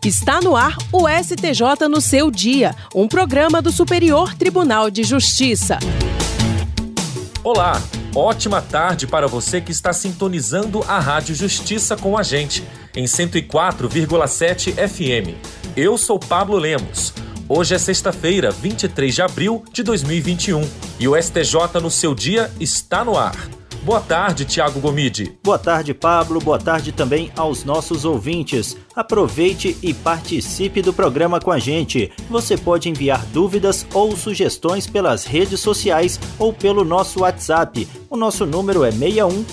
Está no ar o STJ no seu dia, um programa do Superior Tribunal de Justiça. Olá, ótima tarde para você que está sintonizando a Rádio Justiça com a gente, em 104,7 FM. Eu sou Pablo Lemos. Hoje é sexta-feira, 23 de abril de 2021 e o STJ no seu dia está no ar. Boa tarde, Tiago Gomide. Boa tarde, Pablo. Boa tarde também aos nossos ouvintes. Aproveite e participe do programa com a gente. Você pode enviar dúvidas ou sugestões pelas redes sociais ou pelo nosso WhatsApp. O nosso número é 61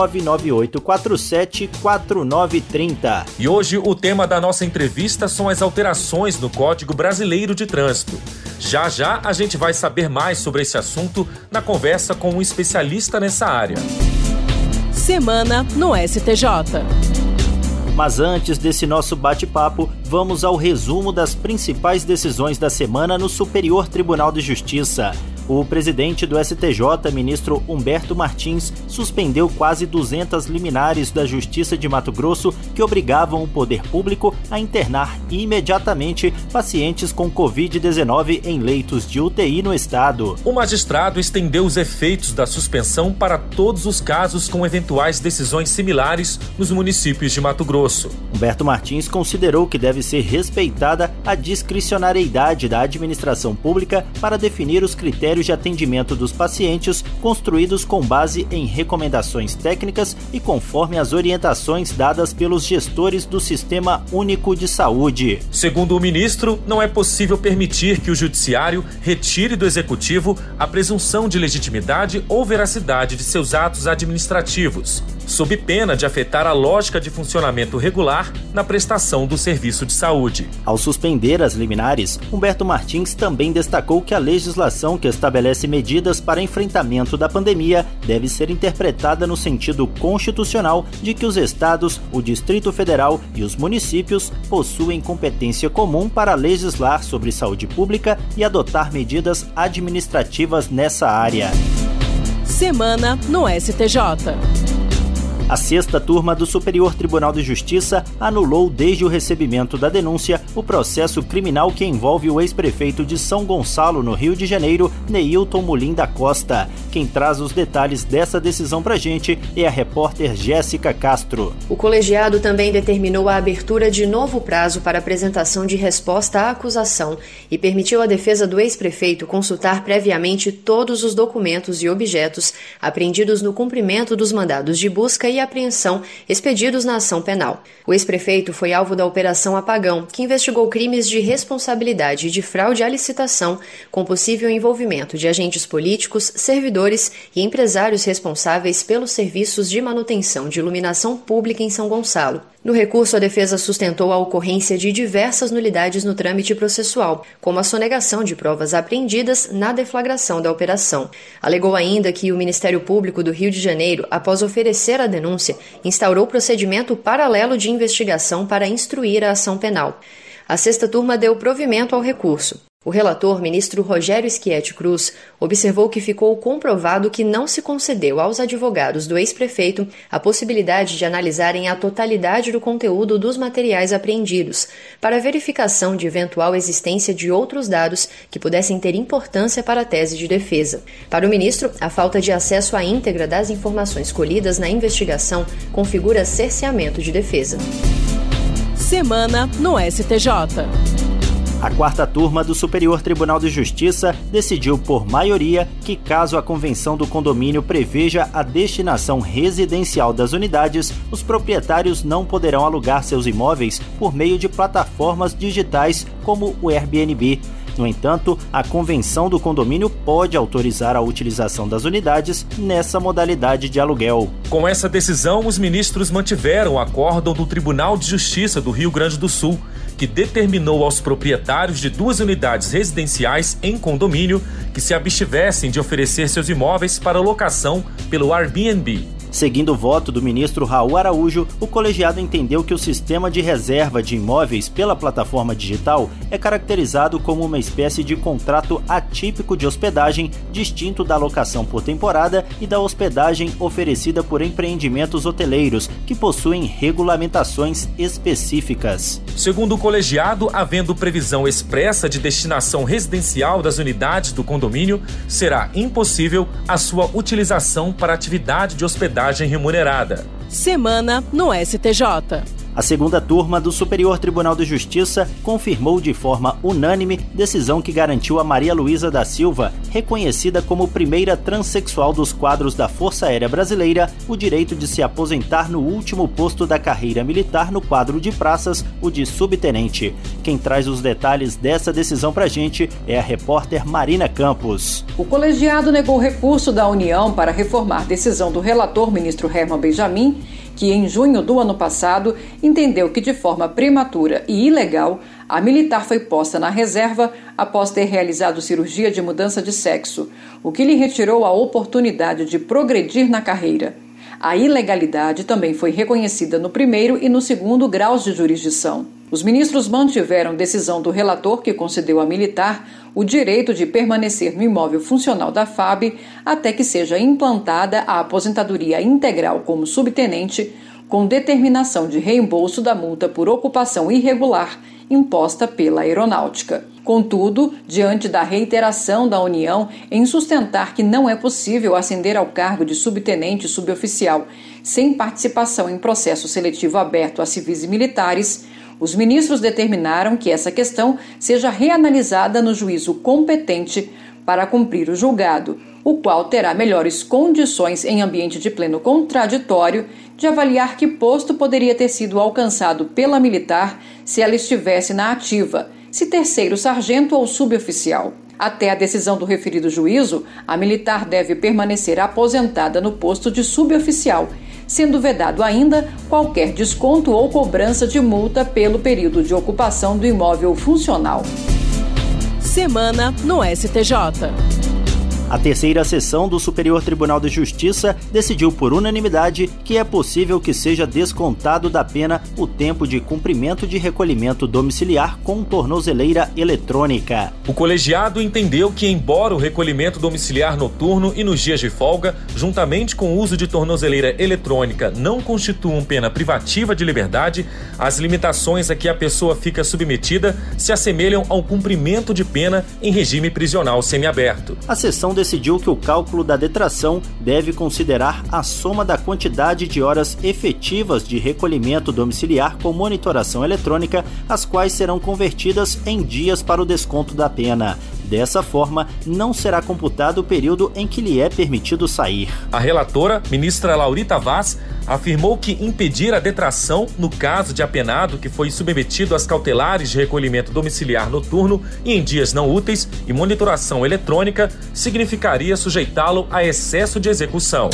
99847 4930. E hoje o tema da nossa entrevista são as alterações no Código Brasileiro de Trânsito. Já já a gente vai saber mais sobre esse assunto na conversa com um especialista nessa área. Semana no STJ. Mas antes desse nosso bate-papo, vamos ao resumo das principais decisões da semana no Superior Tribunal de Justiça. O presidente do STJ, ministro Humberto Martins, suspendeu quase 200 liminares da Justiça de Mato Grosso que obrigavam o poder público a internar imediatamente pacientes com Covid-19 em leitos de UTI no estado. O magistrado estendeu os efeitos da suspensão para todos os casos com eventuais decisões similares nos municípios de Mato Grosso. Humberto Martins considerou que deve ser respeitada a discricionariedade da administração pública para definir os critérios de atendimento dos pacientes construídos com base em recomendações técnicas e conforme as orientações dadas pelos gestores do Sistema Único de Saúde. Segundo o ministro, não é possível permitir que o judiciário retire do executivo a presunção de legitimidade ou veracidade de seus atos administrativos, sob pena de afetar a lógica de funcionamento regular na prestação do serviço de saúde. Ao suspender as liminares, Humberto Martins também destacou que a legislação que estabelece medidas para enfrentamento da pandemia deve ser interpretada no sentido constitucional de que os estados, o Distrito Federal e os municípios possuem competência comum para legislar sobre saúde pública e adotar medidas administrativas nessa área. Semana no STJ. A sexta turma do Superior Tribunal de Justiça anulou desde o recebimento da denúncia o processo criminal que envolve o ex-prefeito de São Gonçalo, no Rio de Janeiro, Neilton Mulim da Costa. Quem traz os detalhes dessa decisão pra gente é a repórter Jéssica Castro. O colegiado também determinou a abertura de novo prazo para apresentação de resposta à acusação e permitiu à defesa do ex-prefeito consultar previamente todos os documentos e objetos apreendidos no cumprimento dos mandados de busca e apreensão expedidos na ação penal. O ex-prefeito foi alvo da Operação Apagão, que investigou crimes de responsabilidade e de fraude à licitação, com possível envolvimento de agentes políticos, servidores e empresários responsáveis pelos serviços de manutenção de iluminação pública em São Gonçalo. No recurso, a defesa sustentou a ocorrência de diversas nulidades no trâmite processual, como a sonegação de provas apreendidas na deflagração da operação. Alegou ainda que o Ministério Público do Rio de Janeiro, após oferecer a denúncia, instaurou procedimento paralelo de investigação para instruir a ação penal. A sexta turma deu provimento ao recurso. O relator, ministro Rogério Schietti Cruz, observou que ficou comprovado que não se concedeu aos advogados do ex-prefeito a possibilidade de analisarem a totalidade do conteúdo dos materiais apreendidos, para verificação de eventual existência de outros dados que pudessem ter importância para a tese de defesa. Para o ministro, a falta de acesso à íntegra das informações colhidas na investigação configura cerceamento de defesa. Semana no STJ. A quarta turma do Superior Tribunal de Justiça decidiu por maioria que, caso a convenção do condomínio preveja a destinação residencial das unidades, os proprietários não poderão alugar seus imóveis por meio de plataformas digitais como o Airbnb. No entanto, a convenção do condomínio pode autorizar a utilização das unidades nessa modalidade de aluguel. Com essa decisão, os ministros mantiveram o acórdão do Tribunal de Justiça do Rio Grande do Sul, que determinou aos proprietários de 2 unidades residenciais em condomínio que se abstivessem de oferecer seus imóveis para locação pelo Airbnb. Seguindo o voto do ministro Raul Araújo, o colegiado entendeu que o sistema de reserva de imóveis pela plataforma digital é caracterizado como uma espécie de contrato atípico de hospedagem, distinto da locação por temporada e da hospedagem oferecida por empreendimentos hoteleiros, que possuem regulamentações específicas. Segundo o colegiado, havendo previsão expressa de destinação residencial das unidades do condomínio, será impossível a sua utilização para atividade de hospedagem remunerada. Semana no STJ. A segunda turma do Superior Tribunal de Justiça confirmou de forma unânime decisão que garantiu a Maria Luísa da Silva, reconhecida como primeira transexual dos quadros da Força Aérea Brasileira, o direito de se aposentar no último posto da carreira militar no quadro de praças, o de subtenente. Quem traz os detalhes dessa decisão pra gente é a repórter Marina Campos. O colegiado negou recurso da União para reformar decisão do relator ministro Herman Benjamin, que em junho do ano passado entendeu que de forma prematura e ilegal a militar foi posta na reserva após ter realizado cirurgia de mudança de sexo, o que lhe retirou a oportunidade de progredir na carreira. A ilegalidade também foi reconhecida no primeiro e no segundo graus de jurisdição. Os ministros mantiveram decisão do relator que concedeu à militar o direito de permanecer no imóvel funcional da FAB até que seja implantada a aposentadoria integral como subtenente, com determinação de reembolso da multa por ocupação irregular imposta pela Aeronáutica. Contudo, diante da reiteração da União em sustentar que não é possível ascender ao cargo de subtenente suboficial sem participação em processo seletivo aberto a civis e militares, os ministros determinaram que essa questão seja reanalisada no juízo competente para cumprir o julgado, o qual terá melhores condições em ambiente de pleno contraditório de avaliar que posto poderia ter sido alcançado pela militar se ela estivesse na ativa, se terceiro sargento ou suboficial. Até a decisão do referido juízo, a militar deve permanecer aposentada no posto de suboficial, sendo vedado ainda qualquer desconto ou cobrança de multa pelo período de ocupação do imóvel funcional. Semana no STJ. A terceira sessão do Superior Tribunal de Justiça decidiu por unanimidade que é possível que seja descontado da pena o tempo de cumprimento de recolhimento domiciliar com tornozeleira eletrônica. O colegiado entendeu que, embora o recolhimento domiciliar noturno e nos dias de folga, juntamente com o uso de tornozeleira eletrônica, não constituam pena privativa de liberdade, as limitações a que a pessoa fica submetida se assemelham ao cumprimento de pena em regime prisional semiaberto. A sessão decidiu que o cálculo da detração deve considerar a soma da quantidade de horas efetivas de recolhimento domiciliar com monitoração eletrônica, as quais serão convertidas em dias para o desconto da pena. Dessa forma, não será computado o período em que lhe é permitido sair. A relatora, ministra Laurita Vaz, afirmou que impedir a detração no caso de apenado que foi submetido às cautelares de recolhimento domiciliar noturno e em dias não úteis e monitoração eletrônica significaria sujeitá-lo a excesso de execução.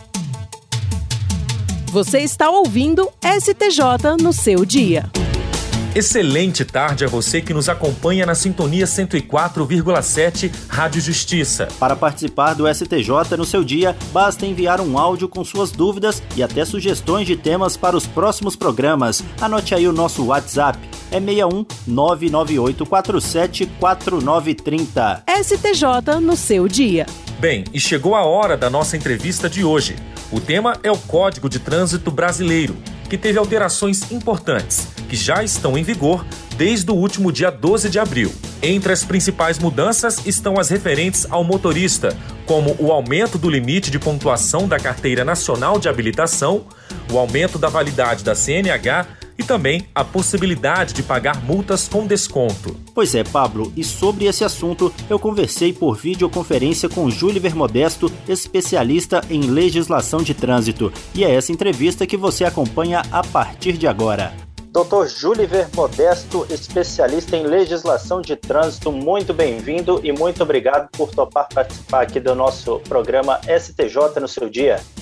Você está ouvindo STJ no seu dia. Excelente tarde a você que nos acompanha na sintonia 104,7 Rádio Justiça. Para participar do STJ no seu dia, basta enviar um áudio com suas dúvidas e até sugestões de temas para os próximos programas. Anote aí o nosso WhatsApp, é 61 99847 4930. STJ no seu dia. Bem, e chegou a hora da nossa entrevista de hoje. O tema é o Código de Trânsito Brasileiro, que teve alterações importantes, que já estão em vigor desde o último dia 12 de abril. Entre as principais mudanças estão as referentes ao motorista, como o aumento do limite de pontuação da Carteira Nacional de Habilitação, o aumento da validade da CNH e também a possibilidade de pagar multas com desconto. Pois é, Pablo, e sobre esse assunto eu conversei por videoconferência com Júliver Modesto, especialista em legislação de trânsito. E é essa entrevista que você acompanha a partir de agora. Dr. Júliver Modesto, especialista em legislação de trânsito, muito bem-vindo e muito obrigado por topar participar aqui do nosso programa STJ no seu dia.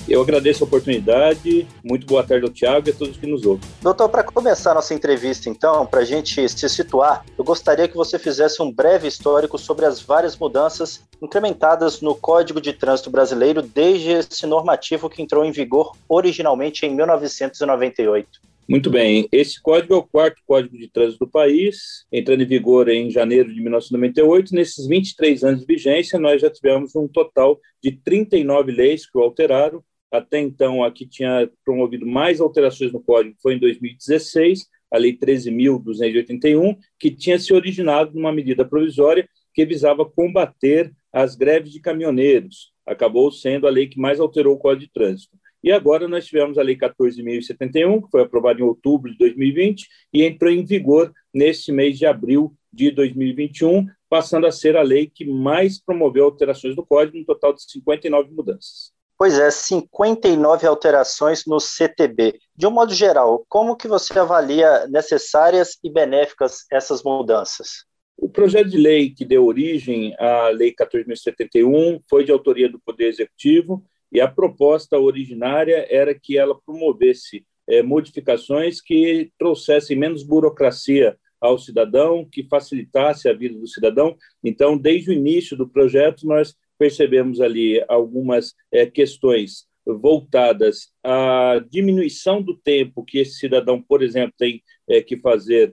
Eu agradeço a oportunidade, muito boa tarde ao Thiago e a todos que nos ouvem. Doutor, para começar a nossa entrevista, então, para a gente se situar, eu gostaria que você fizesse um breve histórico sobre as várias mudanças incrementadas no Código de Trânsito Brasileiro desde esse normativo que entrou em vigor originalmente em 1998. Muito bem, esse código é o quarto código de trânsito do país, entrando em vigor em janeiro de 1998. Nesses 23 anos de vigência, nós já tivemos um total de 39 leis que o alteraram. Até então, a que tinha promovido mais alterações no código foi em 2016, a Lei 13.281, que tinha se originado numa medida provisória que visava combater as greves de caminhoneiros. Acabou sendo a lei que mais alterou o Código de Trânsito. E agora nós tivemos a Lei 14.071, que foi aprovada em outubro de 2020 e entrou em vigor neste mês de abril de 2021, passando a ser a lei que mais promoveu alterações do Código, um total de 59 mudanças. Pois é, 59 alterações no CTB. De um modo geral, como que você avalia necessárias e benéficas essas mudanças? O projeto de lei que deu origem à Lei 14.071 foi de autoria do Poder Executivo, e a proposta originária era que ela promovesse modificações que trouxessem menos burocracia ao cidadão, que facilitasse a vida do cidadão. Então, desde o início do projeto, nós percebemos ali algumas questões voltadas à diminuição do tempo que esse cidadão, por exemplo, tem que fazer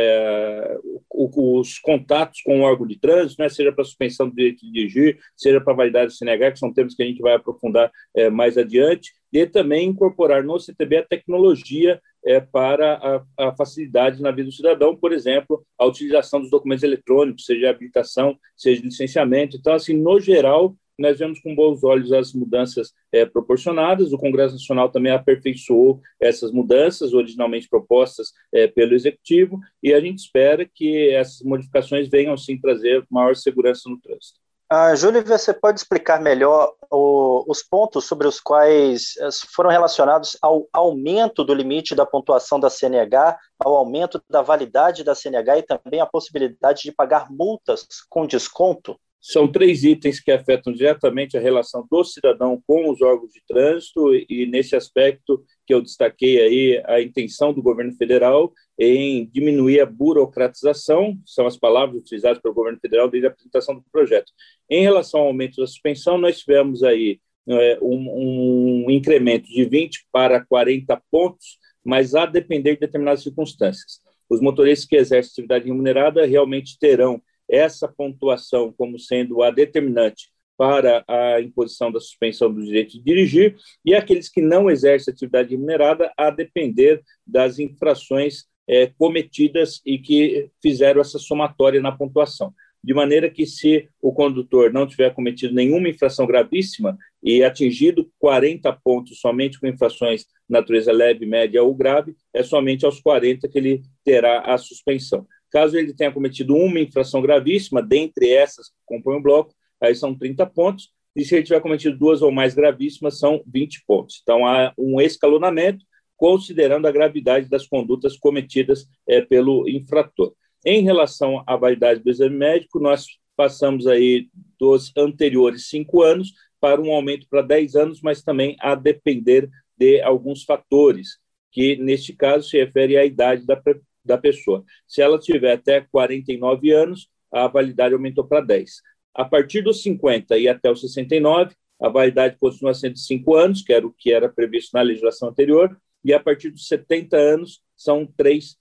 os contatos com o órgão de trânsito, né, seja para suspensão do direito de dirigir, seja para validade do CNH, que são temas que a gente vai aprofundar mais adiante, e também incorporar no CTB a tecnologia para a facilidade na vida do cidadão, por exemplo, a utilização dos documentos eletrônicos, seja habilitação, seja licenciamento. Então, assim, no geral, nós vemos com bons olhos as mudanças proporcionadas. O Congresso Nacional também aperfeiçoou essas mudanças, originalmente propostas pelo Executivo, e a gente espera que essas modificações venham, sim, trazer maior segurança no trânsito. Júlio, você pode explicar melhor os pontos sobre os quais foram relacionados ao aumento do limite da pontuação da CNH, ao aumento da validade da CNH e também a possibilidade de pagar multas com desconto? São 3 itens que afetam diretamente a relação do cidadão com os órgãos de trânsito e, nesse aspecto que eu destaquei aí, a intenção do governo federal em diminuir a burocratização, são as palavras utilizadas pelo governo federal desde a apresentação do projeto. Em relação ao aumento da suspensão, nós tivemos aí um incremento de 20 para 40 pontos, mas a depender de determinadas circunstâncias. Os motoristas que exercem atividade remunerada realmente terão essa pontuação como sendo a determinante para a imposição da suspensão do direito de dirigir, e aqueles que não exercem atividade remunerada a depender das infrações cometidas e que fizeram essa somatória na pontuação. De maneira que, se o condutor não tiver cometido nenhuma infração gravíssima e atingido 40 pontos somente com infrações de natureza leve, média ou grave, é somente aos 40 que ele terá a suspensão. Caso ele tenha cometido uma infração gravíssima, dentre essas que compõem o bloco, aí são 30 pontos, e se ele tiver cometido 2 ou mais gravíssimas, são 20 pontos. Então, há um escalonamento, considerando a gravidade das condutas cometidas pelo infrator. Em relação à validade do exame médico, nós passamos aí dos anteriores 5 anos para um aumento para 10 anos, mas também a depender de alguns fatores, que, neste caso, se refere à idade da pessoa. Se ela tiver até 49 anos, a validade aumentou para 10. A partir dos 50 e até os 69, a validade continua sendo de 5 anos, que era o que era previsto na legislação anterior, e a partir dos 70 anos, são de 3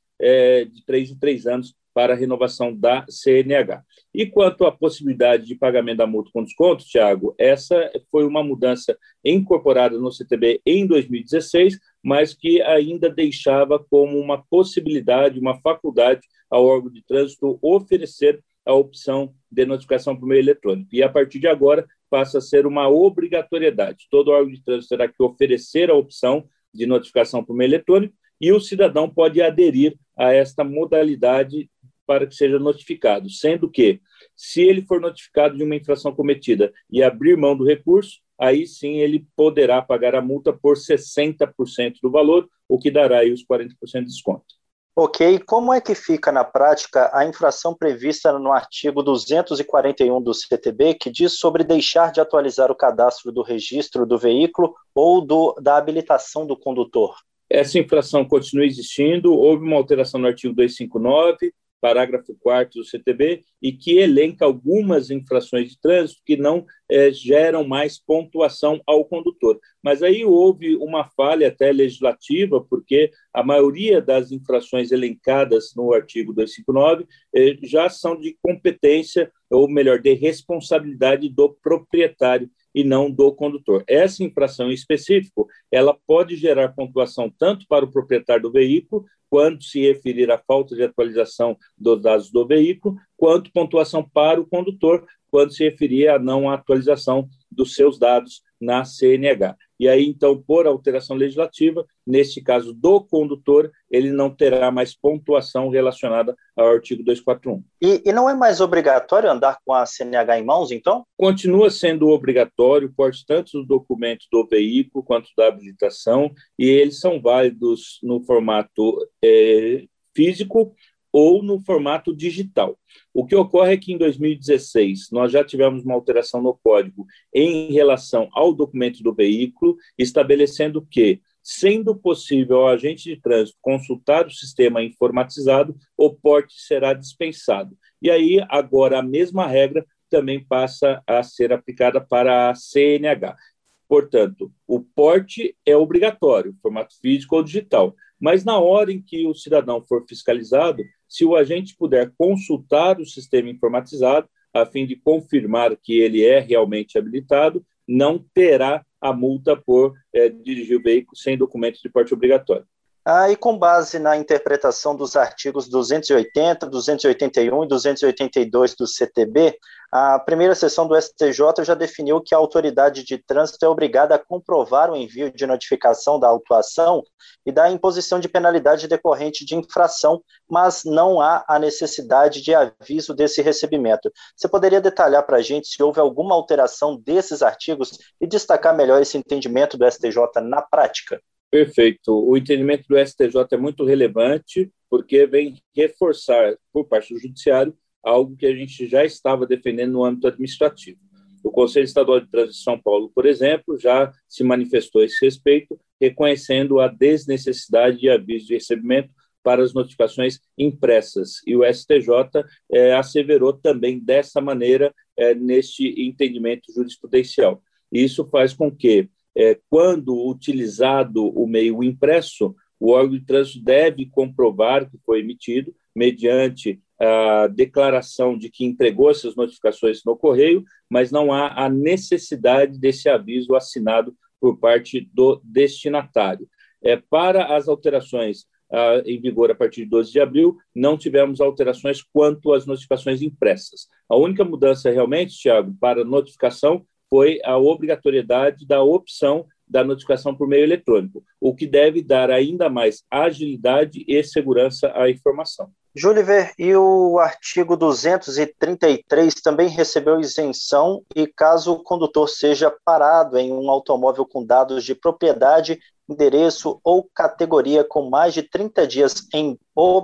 em 3 anos para a renovação da CNH. E quanto à possibilidade de pagamento da multa com desconto, Thiago, essa foi uma mudança incorporada no CTB em 2016, mas que ainda deixava como uma possibilidade, uma faculdade ao órgão de trânsito oferecer a opção de notificação por meio eletrônico. E, a partir de agora, passa a ser uma obrigatoriedade. Todo órgão de trânsito terá que oferecer a opção de notificação por meio eletrônico e o cidadão pode aderir a esta modalidade para que seja notificado, sendo que, se ele for notificado de uma infração cometida e abrir mão do recurso, aí sim ele poderá pagar a multa por 60% do valor, o que dará aí os 40% de desconto. Ok, como é que fica na prática a infração prevista no artigo 241 do CTB, que diz sobre deixar de atualizar o cadastro do registro do veículo ou da habilitação do condutor? Essa infração continua existindo, houve uma alteração no artigo 259, parágrafo 4º do CTB, e que elenca algumas infrações de trânsito que não geram mais pontuação ao condutor. Mas aí houve uma falha até legislativa, porque a maioria das infrações elencadas no artigo 259 já são de competência, ou melhor, de responsabilidade do proprietário e não do condutor. Essa infração em específico, ela pode gerar pontuação tanto para o proprietário do veículo, quando se referir à falta de atualização dos dados do veículo, quanto pontuação para o condutor, quando se referir à não atualização dos seus dados na CNH. E aí, então, por alteração legislativa, neste caso do condutor, ele não terá mais pontuação relacionada ao artigo 241. E não é mais obrigatório andar com a CNH em mãos, então? Continua sendo obrigatório o porte tanto dos documentos do veículo quanto da habilitação, e eles são válidos no formato físico ou no formato digital. O que ocorre é que em 2016 nós já tivemos uma alteração no código em relação ao documento do veículo, estabelecendo que, sendo possível ao agente de trânsito consultar o sistema informatizado, o porte será dispensado. E aí, agora, a mesma regra também passa a ser aplicada para a CNH. Portanto, o porte é obrigatório, formato físico ou digital, mas na hora em que o cidadão for fiscalizado, se o agente puder consultar o sistema informatizado, a fim de confirmar que ele é realmente habilitado, não terá a multa por dirigir o veículo sem documentos de porte obrigatório. E com base na interpretação dos artigos 280, 281 e 282 do CTB, a primeira sessão do STJ já definiu que a autoridade de trânsito é obrigada a comprovar o envio de notificação da autuação e da imposição de penalidade decorrente de infração, mas não há a necessidade de aviso desse recebimento. Você poderia detalhar para a gente se houve alguma alteração desses artigos e destacar melhor esse entendimento do STJ na prática? Perfeito. O entendimento do STJ é muito relevante, porque vem reforçar, por parte do Judiciário, algo que a gente já estava defendendo no âmbito administrativo. O Conselho Estadual de Trânsito de São Paulo, por exemplo, já se manifestou a esse respeito, reconhecendo a desnecessidade de aviso de recebimento para as notificações impressas. E o STJ asseverou também dessa maneira neste entendimento jurisprudencial. Isso faz com que, quando utilizado o meio impresso, o órgão de trânsito deve comprovar que foi emitido mediante a declaração de que entregou essas notificações no correio, mas não há a necessidade desse aviso assinado por parte do destinatário. Para as alterações em vigor a partir de 12 de abril, não tivemos alterações quanto às notificações impressas. A única mudança realmente, Thiago, para notificação foi a obrigatoriedade da opção da notificação por meio eletrônico, o que deve dar ainda mais agilidade e segurança à informação. Júliver, e o artigo 233 também recebeu isenção e caso o condutor seja parado em um automóvel com dados de propriedade, endereço ou categoria com mais de 30 dias em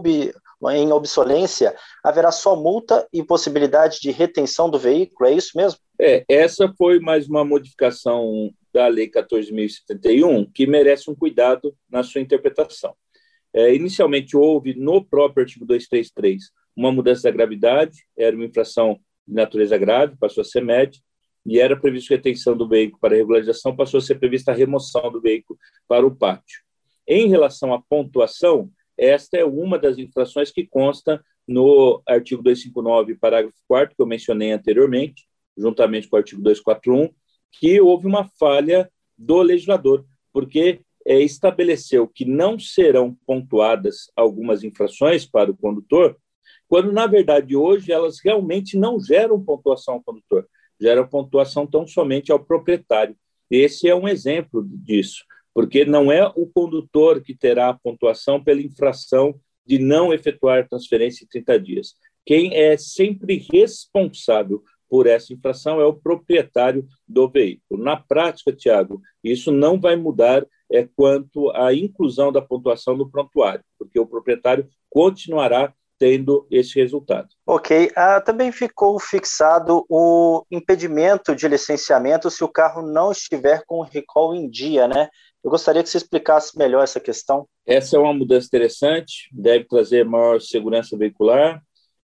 obsolência, haverá só multa e possibilidade de retenção do veículo, é isso mesmo? Essa foi mais uma modificação da Lei 14.071 que merece um cuidado na sua interpretação. Inicialmente houve no próprio artigo 233 uma mudança da gravidade, era uma infração de natureza grave, passou a ser média, e era previsto retenção do veículo para regularização, passou a ser prevista a remoção do veículo para o pátio. Em relação à pontuação, esta é uma das infrações que consta no artigo 259, parágrafo 4º, que eu mencionei anteriormente, juntamente com o artigo 241, que houve uma falha do legislador, porque estabeleceu que não serão pontuadas algumas infrações para o condutor, quando, na verdade, hoje elas realmente não geram pontuação ao condutor, geram pontuação tão somente ao proprietário. Esse é um exemplo disso, porque não é o condutor que terá a pontuação pela infração de não efetuar transferência em 30 dias. Quem é sempre responsável por essa infração é o proprietário do veículo. Na prática, Tiago, isso não vai mudar quanto à inclusão da pontuação no prontuário, porque o proprietário continuará tendo esse resultado. Ok. Também ficou fixado o impedimento de licenciamento se o carro não estiver com o recall em dia, né? Eu gostaria que você explicasse melhor essa questão. Essa é uma mudança interessante, deve trazer maior segurança veicular.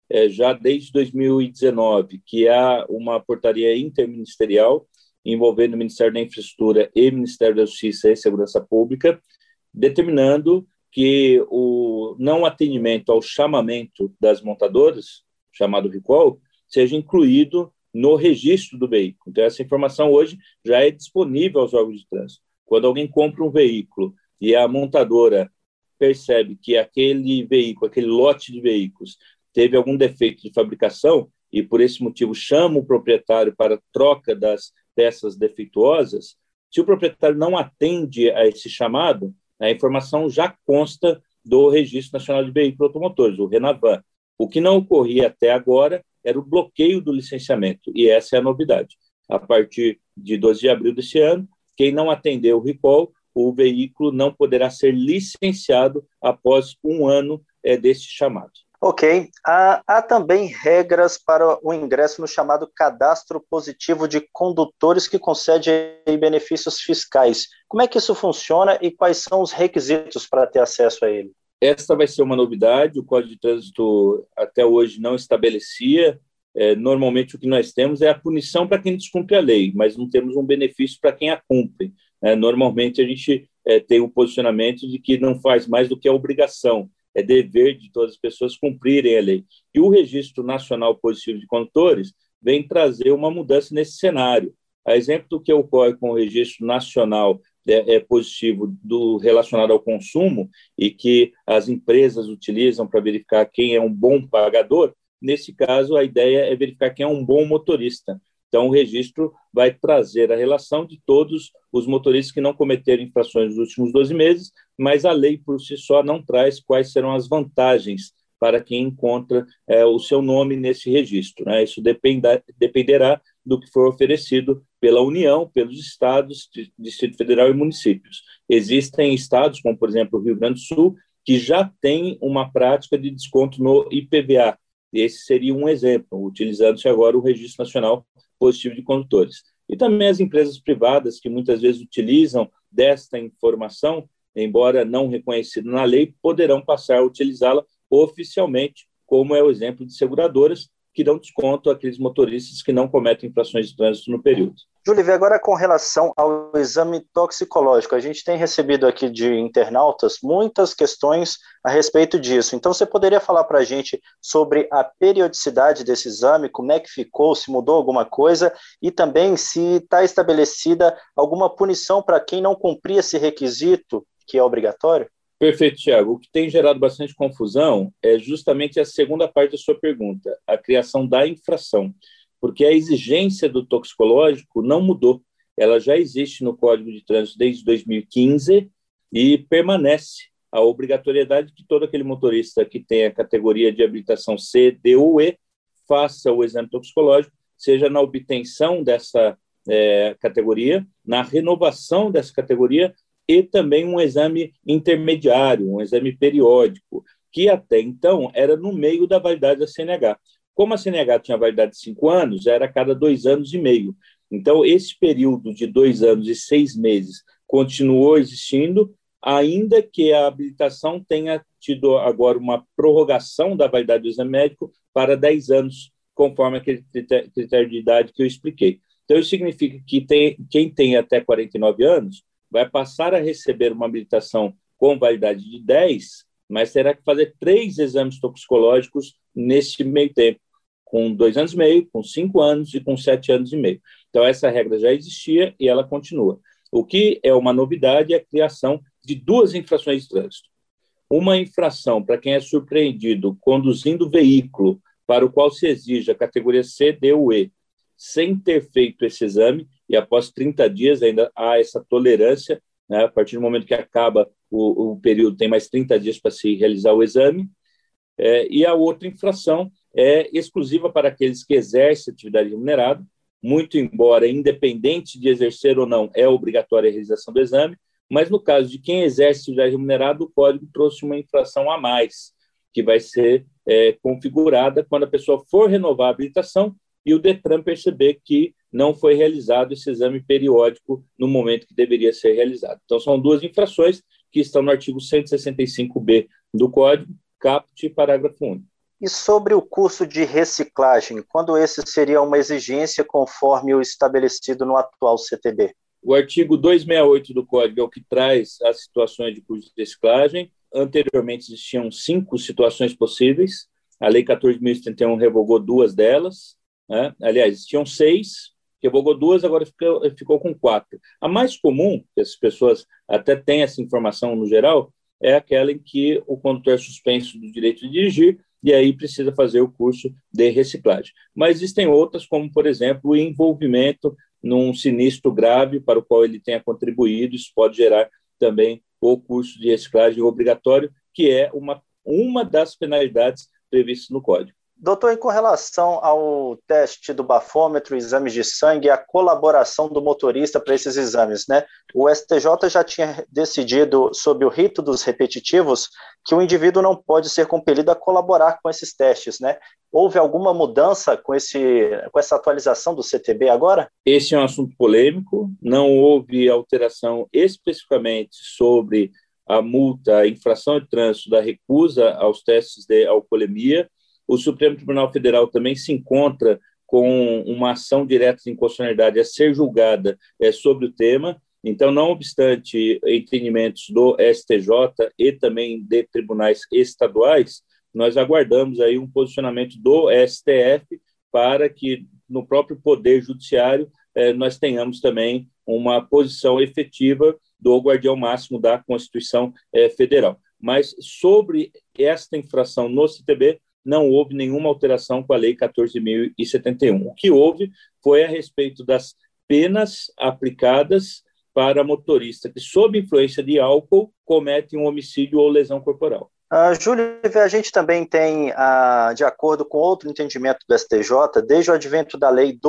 Já desde 2019, que há uma portaria interministerial envolvendo o Ministério da Infraestrutura e o Ministério da Justiça e Segurança Pública, determinando que o não atendimento ao chamamento das montadoras, chamado recall, seja incluído no registro do veículo. Então, essa informação hoje já é disponível aos órgãos de trânsito. Quando alguém compra um veículo e a montadora percebe que aquele veículo, aquele lote de veículos, teve algum defeito de fabricação e, por esse motivo, chama o proprietário para troca das peças defeituosas, se o proprietário não atende a esse chamado, a informação já consta do Registro Nacional de Veículos Automotores, o RENAVAN. O que não ocorria até agora era o bloqueio do licenciamento, e essa é a novidade. A partir de 12 de abril desse ano, quem não atender o recall, o veículo não poderá ser licenciado após um ano desse chamado. Ok. Há também regras para o ingresso no chamado cadastro positivo de condutores que concede benefícios fiscais. Como é que isso funciona e quais são os requisitos para ter acesso a ele? Esta vai ser uma novidade, o Código de Trânsito até hoje não estabelecia. Normalmente o que nós temos é a punição para quem descumpre a lei, mas não temos um benefício para quem a cumpre. Normalmente a gente tem o posicionamento de que não faz mais do que a obrigação. É dever de todas as pessoas cumprirem a lei. E o Registro Nacional Positivo de Condutores vem trazer uma mudança nesse cenário. A exemplo do que ocorre com o Registro Nacional Positivo relacionado ao consumo e que as empresas utilizam para verificar quem é um bom pagador, nesse caso a ideia é verificar quem é um bom motorista. Então, o registro vai trazer a relação de todos os motoristas que não cometeram infrações nos últimos 12 meses, mas a lei por si só não traz quais serão as vantagens para quem encontra o seu nome nesse registro. Né? Isso dependerá do que for oferecido pela União, pelos estados, Distrito Federal e municípios. Existem estados, como por exemplo o Rio Grande do Sul, que já têm uma prática de desconto no IPVA. Esse seria um exemplo, utilizando-se agora o Registro Nacional Positivo de Condutores. E também as empresas privadas, que muitas vezes utilizam desta informação, embora não reconhecida na lei, poderão passar a utilizá-la oficialmente, como é o exemplo de seguradoras, que dão desconto àqueles motoristas que não cometem infrações de trânsito no período. Júlio, agora com relação ao exame toxicológico, a gente tem recebido aqui de internautas muitas questões a respeito disso. Então, você poderia falar para a gente sobre a periodicidade desse exame, como é que ficou, se mudou alguma coisa, e também se está estabelecida alguma punição para quem não cumprir esse requisito, que é obrigatório? Perfeito, Thiago. O que tem gerado bastante confusão é justamente a segunda parte da sua pergunta, a criação da infração, porque a exigência do toxicológico não mudou. Ela já existe no Código de Trânsito desde 2015 e permanece a obrigatoriedade que todo aquele motorista que tem a categoria de habilitação C, D ou E faça o exame toxicológico, seja na obtenção dessa categoria, na renovação dessa categoria e também um exame intermediário, um exame periódico, que até então era no meio da validade da CNH. Como a CNH tinha validade de 5 anos, era a cada 2 anos e meio. Então, esse período de 2 anos e 6 meses continuou existindo, ainda que a habilitação tenha tido agora uma prorrogação da validade do exame médico para 10 anos, conforme aquele critério de idade que eu expliquei. Então, isso significa que quem tem até 49 anos vai passar a receber uma habilitação com validade de 10, mas terá que fazer 3 exames toxicológicos nesse meio tempo, com 2 anos e meio, com 5 anos e com 7 anos e meio. Então, essa regra já existia e ela continua. O que é uma novidade é a criação de 2 infrações de trânsito. Uma infração para quem é surpreendido conduzindo veículo para o qual se exige a categoria C, D ou E, sem ter feito esse exame, e após 30 dias ainda há essa tolerância, né? A partir do momento que acaba o período, tem mais 30 dias para se realizar o exame. E a outra infração é exclusiva para aqueles que exercem atividade remunerada, muito embora independente de exercer ou não, é obrigatória a realização do exame, mas no caso de quem exerce atividade remunerada, o Código trouxe uma infração a mais, que vai ser configurada quando a pessoa for renovar a habilitação e o Detran perceber que não foi realizado esse exame periódico no momento que deveria ser realizado. Então, são duas infrações que estão no artigo 165B do Código, caput, parágrafo único. E sobre o curso de reciclagem, quando esse seria uma exigência conforme o estabelecido no atual CTB? O artigo 268 do Código é o que traz as situações de curso de reciclagem. Anteriormente existiam 5 situações possíveis, a Lei 14.071 revogou 2 delas, né? Aliás, existiam 6, revogou 2, agora ficou com 4. A mais comum, que as pessoas até têm essa informação no geral, é aquela em que o condutor é suspenso do direito de dirigir e aí precisa fazer o curso de reciclagem. Mas existem outras, como, por exemplo, o envolvimento num sinistro grave para o qual ele tenha contribuído. Isso pode gerar também o curso de reciclagem obrigatório, que é uma das penalidades previstas no Código. Doutor, e com relação ao teste do bafômetro, exames de sangue e a colaboração do motorista para esses exames, né? O STJ já tinha decidido, sob o rito dos repetitivos, que o indivíduo não pode ser compelido a colaborar com esses testes, né? Houve alguma mudança com essa atualização do CTB agora? Esse é um assunto polêmico, não houve alteração especificamente sobre a multa, a infração de trânsito da recusa aos testes de alcoolemia. O Supremo Tribunal Federal também se encontra com uma ação direta de inconstitucionalidade a ser julgada sobre o tema. Então, não obstante entendimentos do STJ e também de tribunais estaduais, nós aguardamos aí um posicionamento do STF para que no próprio Poder Judiciário nós tenhamos também uma posição efetiva do guardião máximo da Constituição Federal. Mas sobre esta infração no CTB, não houve nenhuma alteração com a Lei 14.071. O que houve foi a respeito das penas aplicadas para motorista que, sob influência de álcool, comete um homicídio ou lesão corporal. Júlio, a gente também tem, de acordo com outro entendimento do STJ, desde o advento da Lei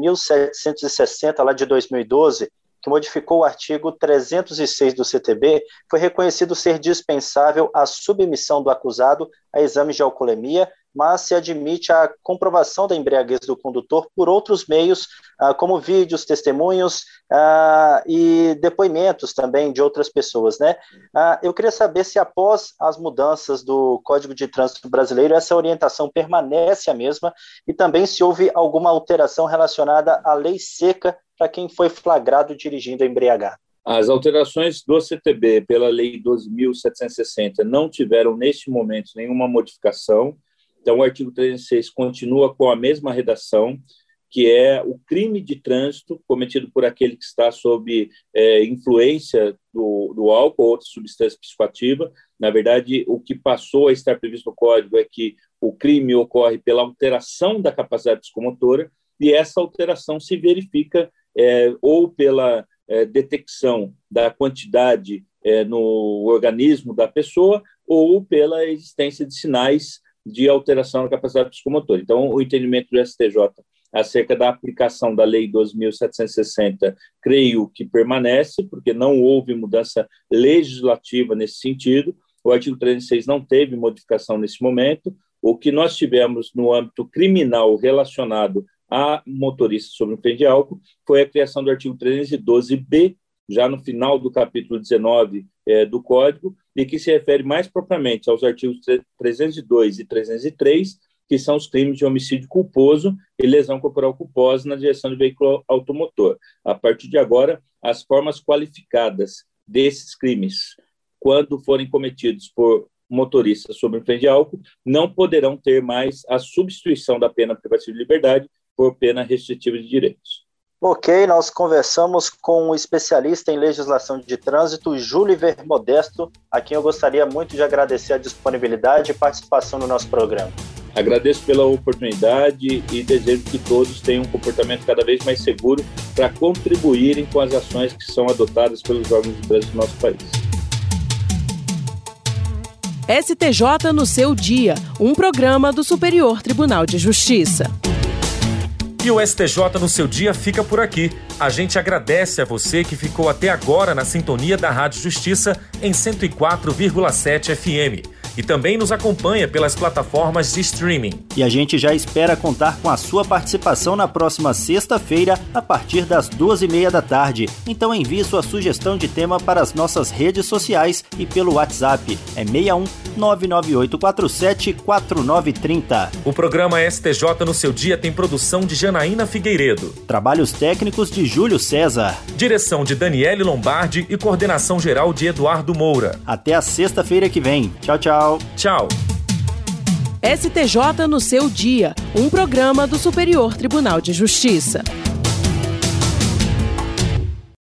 12.760, lá de 2012, que modificou o artigo 306 do CTB, foi reconhecido ser dispensável a submissão do acusado a exames de alcoolemia, mas se admite a comprovação da embriaguez do condutor por outros meios, como vídeos, testemunhos e depoimentos também de outras pessoas, né? Eu queria saber se após as mudanças do Código de Trânsito Brasileiro, essa orientação permanece a mesma e também se houve alguma alteração relacionada à lei seca para quem foi flagrado dirigindo embriagado. As alterações do CTB pela Lei 12.760 não tiveram, neste momento, nenhuma modificação. Então, o artigo 306 continua com a mesma redação, que é o crime de trânsito cometido por aquele que está sob influência do álcool ou outra substância psicoativa. Na verdade, o que passou a estar previsto no Código é que o crime ocorre pela alteração da capacidade psicomotora e essa alteração se verifica ou pela detecção da quantidade no organismo da pessoa ou pela existência de sinais de alteração da capacidade psicomotora. Então, o entendimento do STJ acerca da aplicação da Lei 12.760, creio que permanece, porque não houve mudança legislativa nesse sentido. O artigo 306 não teve modificação nesse momento. O que nós tivemos no âmbito criminal relacionado a motorista sob influência de álcool foi a criação do artigo 312B, já no final do capítulo 19 do Código, e que se refere mais propriamente aos artigos 302 e 303, que são os crimes de homicídio culposo e lesão corporal culposa na direção de veículo automotor. A partir de agora, as formas qualificadas desses crimes, quando forem cometidos por motoristas sob influência de álcool, não poderão ter mais a substituição da pena privativa de liberdade por pena restritiva de direitos. Ok, nós conversamos com o especialista em legislação de trânsito, Júliver Modesto, a quem eu gostaria muito de agradecer a disponibilidade e participação no nosso programa. Agradeço pela oportunidade e desejo que todos tenham um comportamento cada vez mais seguro para contribuírem com as ações que são adotadas pelos órgãos de trânsito do nosso país. STJ no seu dia, um programa do Superior Tribunal de Justiça. E o STJ no seu dia fica por aqui. A gente agradece a você que ficou até agora na sintonia da Rádio Justiça em 104,7 FM. e também nos acompanha pelas plataformas de streaming. E a gente já espera contar com a sua participação na próxima sexta-feira, a partir das 2h30 da tarde. Então envie sua sugestão de tema para as nossas redes sociais e pelo WhatsApp. É 61 99847 4930. O programa STJ no seu dia tem produção de Janaína Figueiredo. Trabalhos técnicos de Júlio César. Direção de Daniele Lombardi e coordenação geral de Eduardo Moura. Até a sexta-feira que vem. Tchau, tchau. Tchau. STJ no seu dia, um programa do Superior Tribunal de Justiça.